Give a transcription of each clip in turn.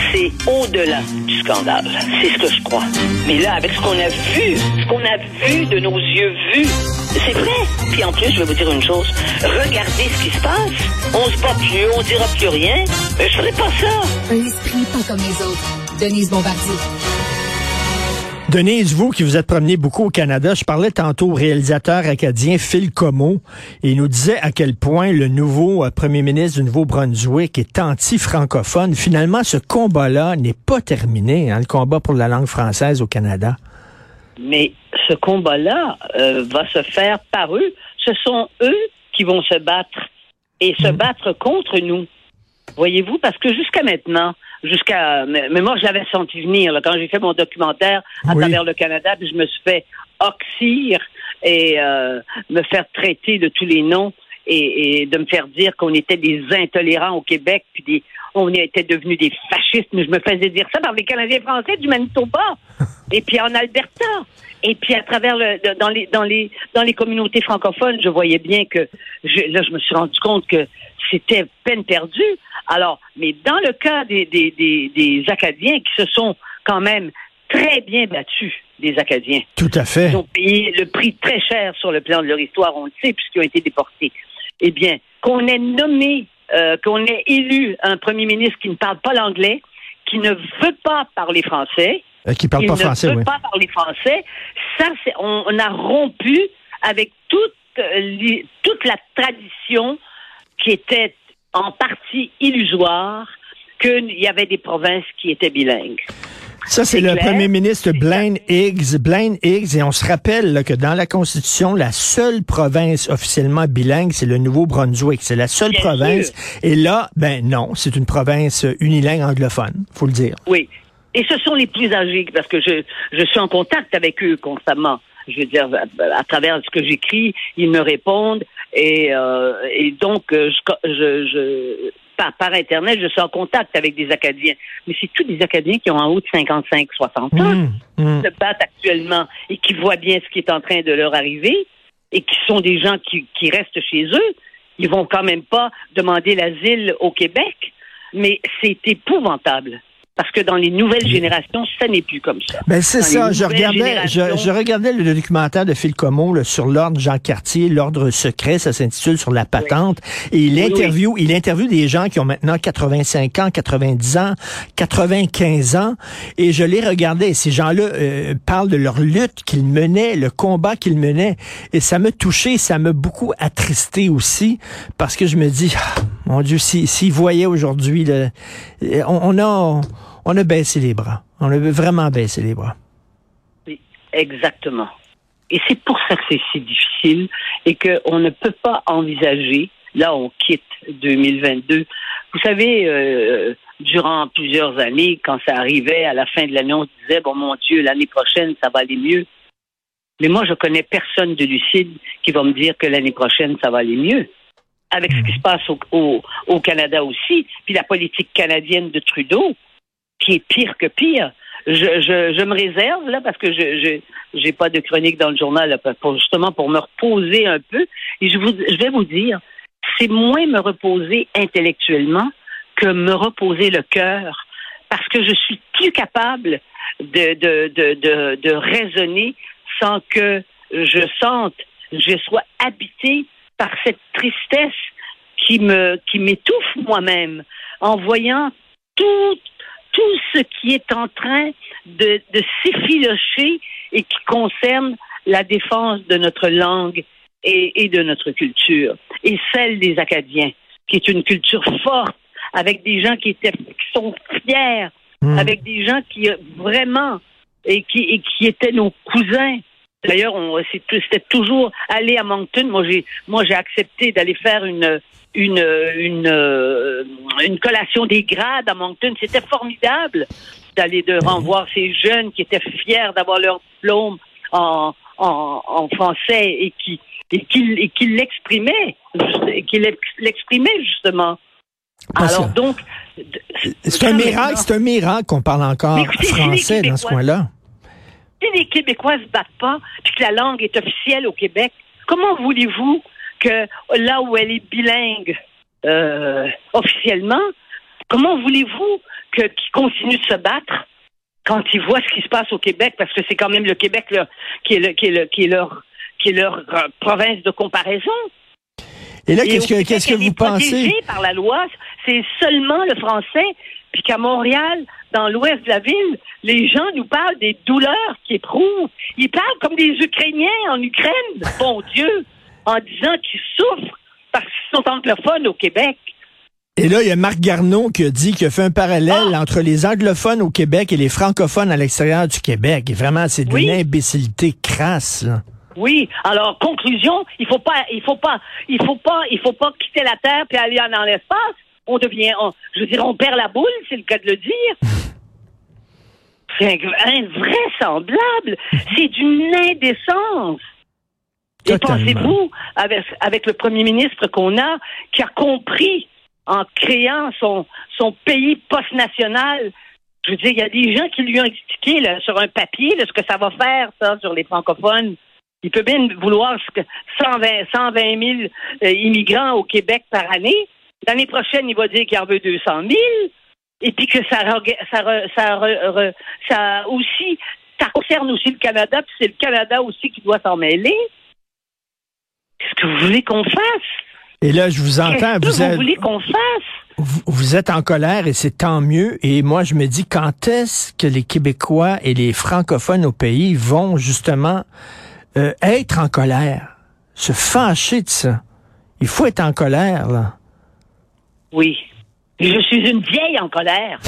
c'est au-delà du scandale. C'est ce que je crois. Mais là, avec ce qu'on a vu de nos yeux vus, c'est vrai. Puis en plus, je vais vous dire une chose. Regardez ce qui se passe. On se bat plus, on dira plus rien. Mais je ferai pas ça. Un esprit pas comme les autres. Denise Bombardier. Denise, vous qui vous êtes promené beaucoup au Canada, je parlais tantôt au réalisateur acadien Phil Comeau et il nous disait à quel point le nouveau premier ministre du Nouveau-Brunswick est anti-francophone. Finalement, ce combat-là n'est pas terminé, le combat pour la langue française au Canada. Mais ce combat-là va se faire par eux. Ce sont eux qui vont se battre et se battre contre nous. Voyez-vous, parce que jusqu'à maintenant, mais moi, je l'avais senti venir là, quand j'ai fait mon documentaire à travers le Canada, puis je me suis fait oxyre et me faire traiter de tous les noms et de me faire dire qu'on était des intolérants au Québec, puis on était devenus des fascistes, mais je me faisais dire ça par les Canadiens français du Manitoba, et puis en Alberta, et puis à travers dans les communautés francophones, je voyais bien que je me suis rendu compte que c'était peine perdue. Alors, mais dans le cas des Acadiens qui se sont quand même très bien battus, des Acadiens. Tout à fait. Ils ont payé le prix très cher sur le plan de leur histoire, on le sait, puisqu'ils ont été déportés. Eh bien, qu'on ait nommé, qu'on ait élu un premier ministre qui ne parle pas l'anglais, qui ne veut pas parler français, qui parle pas français, ne veut pas parler français, ça, on a rompu avec toute la tradition qui était en partie illusoire qu'il y avait des provinces qui étaient bilingues. Ça, c'est le premier ministre Blaine Higgs, et on se rappelle là, que dans la Constitution, la seule province officiellement bilingue, c'est le Nouveau-Brunswick. C'est la seule province. Et là, non, c'est une province unilingue anglophone, faut le dire. Oui. Et ce sont les plus âgés, parce que je suis en contact avec eux constamment. Je veux dire, à travers ce que j'écris, ils me répondent, et donc, par Internet, je suis en contact avec des Acadiens. Mais c'est tous des Acadiens qui ont en haut de 55, 60 ans, qui se battent actuellement et qui voient bien ce qui est en train de leur arriver et qui sont des gens qui restent chez eux. Ils vont quand même pas demander l'asile au Québec, mais c'est épouvantable. Parce que dans les nouvelles générations, ça n'est plus comme ça. C'est ça. Je regardais le documentaire de Phil Comeau sur l'ordre Jean Cartier, l'ordre secret, ça s'intitule Sur la patente. Et il interviewe des gens qui ont maintenant 85 ans, 90 ans, 95 ans. Et je les regardais. Et ces gens-là parlent de leur lutte qu'ils menaient, le combat qu'ils menaient. Et ça m'a touché, ça m'a beaucoup attristé aussi. Parce que je me dis, mon Dieu, s'ils voyaient aujourd'hui, on a baissé les bras. On a vraiment baissé les bras. Oui, exactement. Et c'est pour ça que c'est si difficile et qu'on ne peut pas envisager, là on quitte 2022. Vous savez, durant plusieurs années, quand ça arrivait, à la fin de l'année, on se disait, bon mon Dieu, l'année prochaine, ça va aller mieux. Mais moi, je connais personne de lucide qui va me dire que l'année prochaine, ça va aller mieux. Avec ce qui se passe au Canada aussi, puis la politique canadienne de Trudeau, qui est pire que pire. Je me réserve, là, parce que j'ai pas de chronique dans le journal, là, justement pour me reposer un peu. Et je vais vous dire, c'est moins me reposer intellectuellement que me reposer le cœur, parce que je suis plus capable de raisonner sans que je sois habité par cette tristesse qui m'étouffe moi-même, en voyant tout ce qui est en train de s'effilocher et qui concerne la défense de notre langue et de notre culture, et celle des Acadiens, qui est une culture forte, avec des gens qui sont fiers, avec des gens qui vraiment et qui étaient nos cousins. D'ailleurs, c'était toujours aller à Moncton. Moi, j'ai accepté d'aller faire une collation des grades à Moncton. C'était formidable d'aller revoir ces jeunes qui étaient fiers d'avoir leur diplôme en français et qui l'exprimaient, justement. Alors donc, c'est un miracle qu'on parle encore français dans ce coin-là. Si les Québécois se battent pas, puis que la langue est officielle au Québec, comment voulez-vous que là où elle est bilingue officiellement, Comment voulez-vous qu'ils continuent de se battre quand ils voient ce qui se passe au Québec, parce que c'est quand même le Québec là, qui est leur province de comparaison. Et là, qu'est-ce que vous pensez? Par la loi, c'est seulement le français, puis qu'à Montréal, dans l'ouest de la ville, les gens nous parlent des douleurs qu'ils éprouvent. Ils parlent comme des Ukrainiens en Ukraine, bon Dieu, en disant qu'ils souffrent parce qu'ils sont anglophones au Québec. Et là, il y a Marc Garneau qui a fait un parallèle entre les anglophones au Québec et les francophones à l'extérieur du Québec. Et vraiment, c'est d'une imbécilité crasse, là. Oui. Alors, conclusion, il faut pas quitter la Terre puis aller dans l'espace. On perd la boule, c'est le cas de le dire. C'est invraisemblable. C'est d'une indécence. Totalement. Et pensez-vous, avec le premier ministre qu'on a, qui a compris en créant son pays post-national, je veux dire, il y a des gens qui lui ont expliqué là, sur un papier là, ce que ça va faire, ça, sur les francophones. Il peut bien vouloir 120 000 immigrants au Québec par année. L'année prochaine, il va dire qu'il en veut 200 000. Et puis que ça concerne aussi le Canada, puis c'est le Canada aussi qui doit s'en mêler. Qu'est-ce que vous voulez qu'on fasse? Et là, je vous entends. Qu'est-ce que vous voulez qu'on fasse? Vous êtes en colère et c'est tant mieux. Et moi, je me dis, quand est-ce que les Québécois et les francophones au pays vont justement être en colère, se fâcher de ça? Il faut être en colère, là. Oui. Je suis une vieille en colère.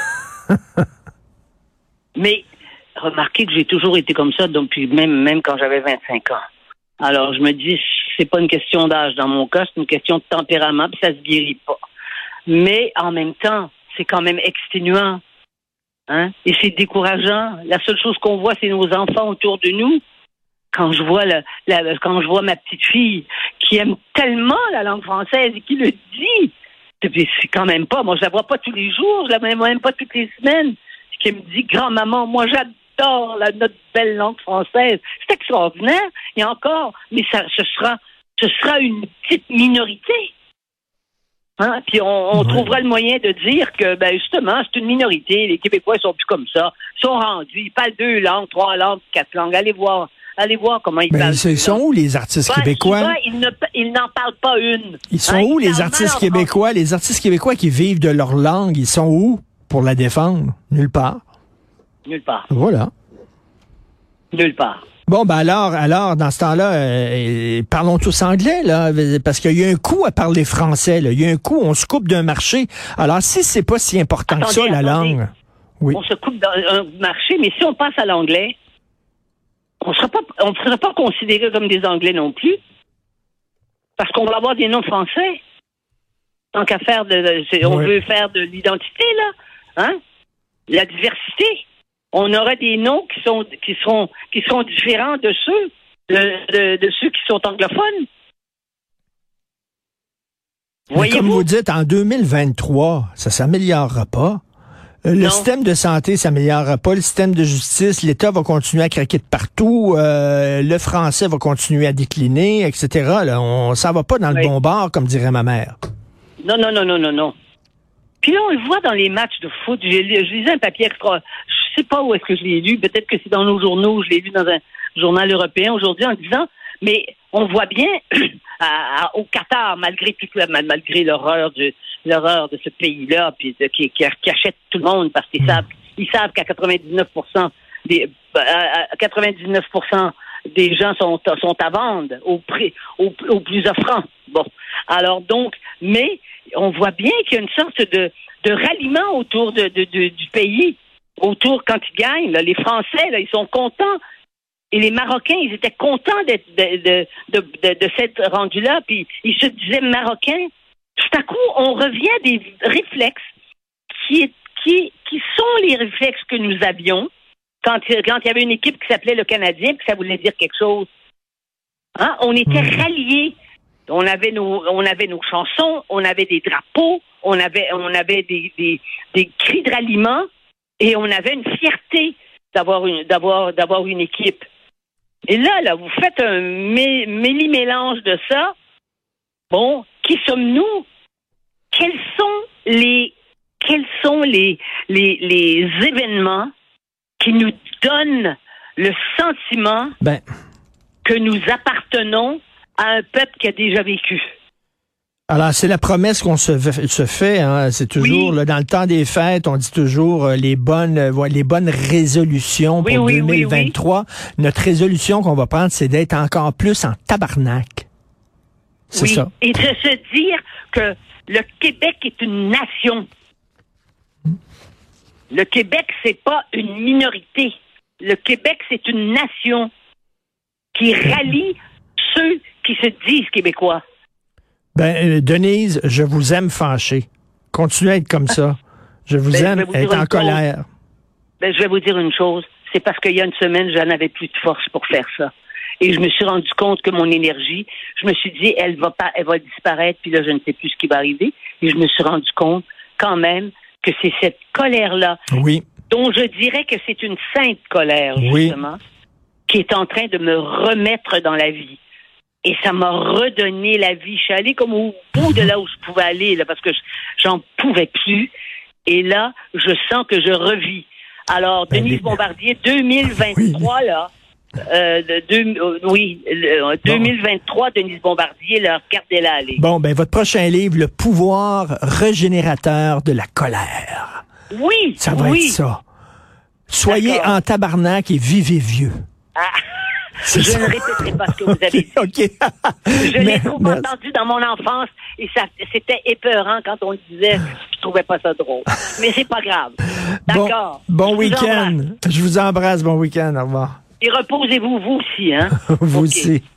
Mais remarquez que j'ai toujours été comme ça, donc même quand j'avais 25 ans. Alors, je me dis, c'est pas une question d'âge dans mon cas, c'est une question de tempérament, puis ça se guérit pas. Mais en même temps, c'est quand même exténuant. Hein? Et c'est décourageant. La seule chose qu'on voit, c'est nos enfants autour de nous. Quand je vois quand je vois ma petite fille qui aime tellement la langue française et qui le dit, c'est quand même pas, moi je la vois pas tous les jours, je la vois même pas toutes les semaines, qui me dit, grand-maman, moi j'adore notre belle langue française. C'est extraordinaire. Et encore, mais ce sera une petite minorité. Hein? Puis on trouvera le moyen de dire que, justement, c'est une minorité. Les Québécois, ils sont plus comme ça. Ils sont rendus. Ils parlent 2 langues, 3 langues, 4 langues. Allez voir comment ils parlent. Ils sont où, les artistes québécois? Souvent, ils n'en parlent pas une. Ils sont où, les artistes québécois? Les artistes québécois qui vivent de leur langue, ils sont où pour la défendre? Nulle part. Nulle part. Voilà. Nulle part. Bon, alors, dans ce temps-là, parlons tous anglais, là, parce qu'il y a un coût à parler français, là. Il y a un coût, on se coupe d'un marché. Alors, si c'est pas si important que ça, la langue. Oui. On se coupe d'un marché, mais si on passe à l'anglais, on ne sera pas considérés comme des Anglais non plus. Parce qu'on va avoir des noms français. Tant qu'à faire on veut faire de l'identité, là. Hein? La diversité. On aura des noms qui seront différents de ceux de ceux qui sont anglophones. Voyez-vous? Comme vous dites, en 2023, ça s'améliorera pas. Le système de santé s'améliorera pas. Le système de justice, l'État va continuer à craquer de partout. Le français va continuer à décliner, etc. Là, on s'en va pas dans le bon bord, comme dirait ma mère. Non. Puis là, on le voit dans les matchs de foot. Je lisais un papier extra. Je sais pas où est-ce que je l'ai lu. Peut-être que c'est dans nos journaux. Je l'ai lu dans un journal européen aujourd'hui en disant, mais on voit bien au Qatar, malgré l'horreur de ce pays-là, puis qui achète tout le monde parce qu'ils savent qu'à 99% des gens sont à vendre au plus offrant. Bon, alors donc, mais on voit bien qu'il y a une sorte de ralliement autour du pays, autour quand ils gagnent. Là, les Français, là, ils sont contents. Et les Marocains, ils étaient contents de s'être rendus là, puis ils se disaient Marocains. Tout à coup, on revient à des réflexes qui sont les réflexes que nous avions quand il y avait une équipe qui s'appelait le Canadien, puis ça voulait dire quelque chose. Hein? On était ralliés. On avait nos chansons, on avait des drapeaux, on avait des cris de ralliement, et on avait une fierté d'avoir une équipe. Et là, vous faites un méli-mélange de ça. Bon, qui sommes-nous? Quels quels sont les événements qui nous donnent le sentiment que nous appartenons à un peuple qui a déjà vécu. Alors, c'est la promesse qu'on se fait. Hein. C'est toujours, là, dans le temps des fêtes, on dit toujours les bonnes résolutions pour 2023. Oui. Notre résolution qu'on va prendre, c'est d'être encore plus en tabarnak. C'est ça. Et de se dire que le Québec est une nation. Le Québec, c'est pas une minorité. Le Québec, c'est une nation qui rallie ceux qui se disent québécois. Denise, je vous aime fâché. Continuez à être comme ça. Je vous aime être en colère. Je vais vous dire une chose. C'est parce qu'il y a une semaine, j'en avais plus de force pour faire ça. Et je me suis rendu compte que mon énergie, je me suis dit, elle va disparaître, puis là, je ne sais plus ce qui va arriver. Et je me suis rendu compte, quand même, que c'est cette colère-là, dont je dirais que c'est une sainte colère, justement, qui est en train de me remettre dans la vie. Et ça m'a redonné la vie. Je suis allée comme au bout de là où je pouvais aller, là, parce que j'en pouvais plus. Et là, je sens que je revis. Alors, Denise Bombardier, 2023, là, 2023, Denise Bombardier, là, regardez-la aller. Bon, votre prochain livre, Le pouvoir régénérateur de la colère. Oui, ça va être ça. Soyez en tabarnak et vivez vieux. Je ne répéterai pas ce que vous avez dit. Okay. Je l'ai trop entendu dans mon enfance et c'était épeurant quand on le disait. Je trouvais pas ça drôle. Mais c'est pas grave. D'accord. Bon week-end. Je vous embrasse. Bon week-end. Au revoir. Et reposez-vous, vous aussi, hein? Vous aussi.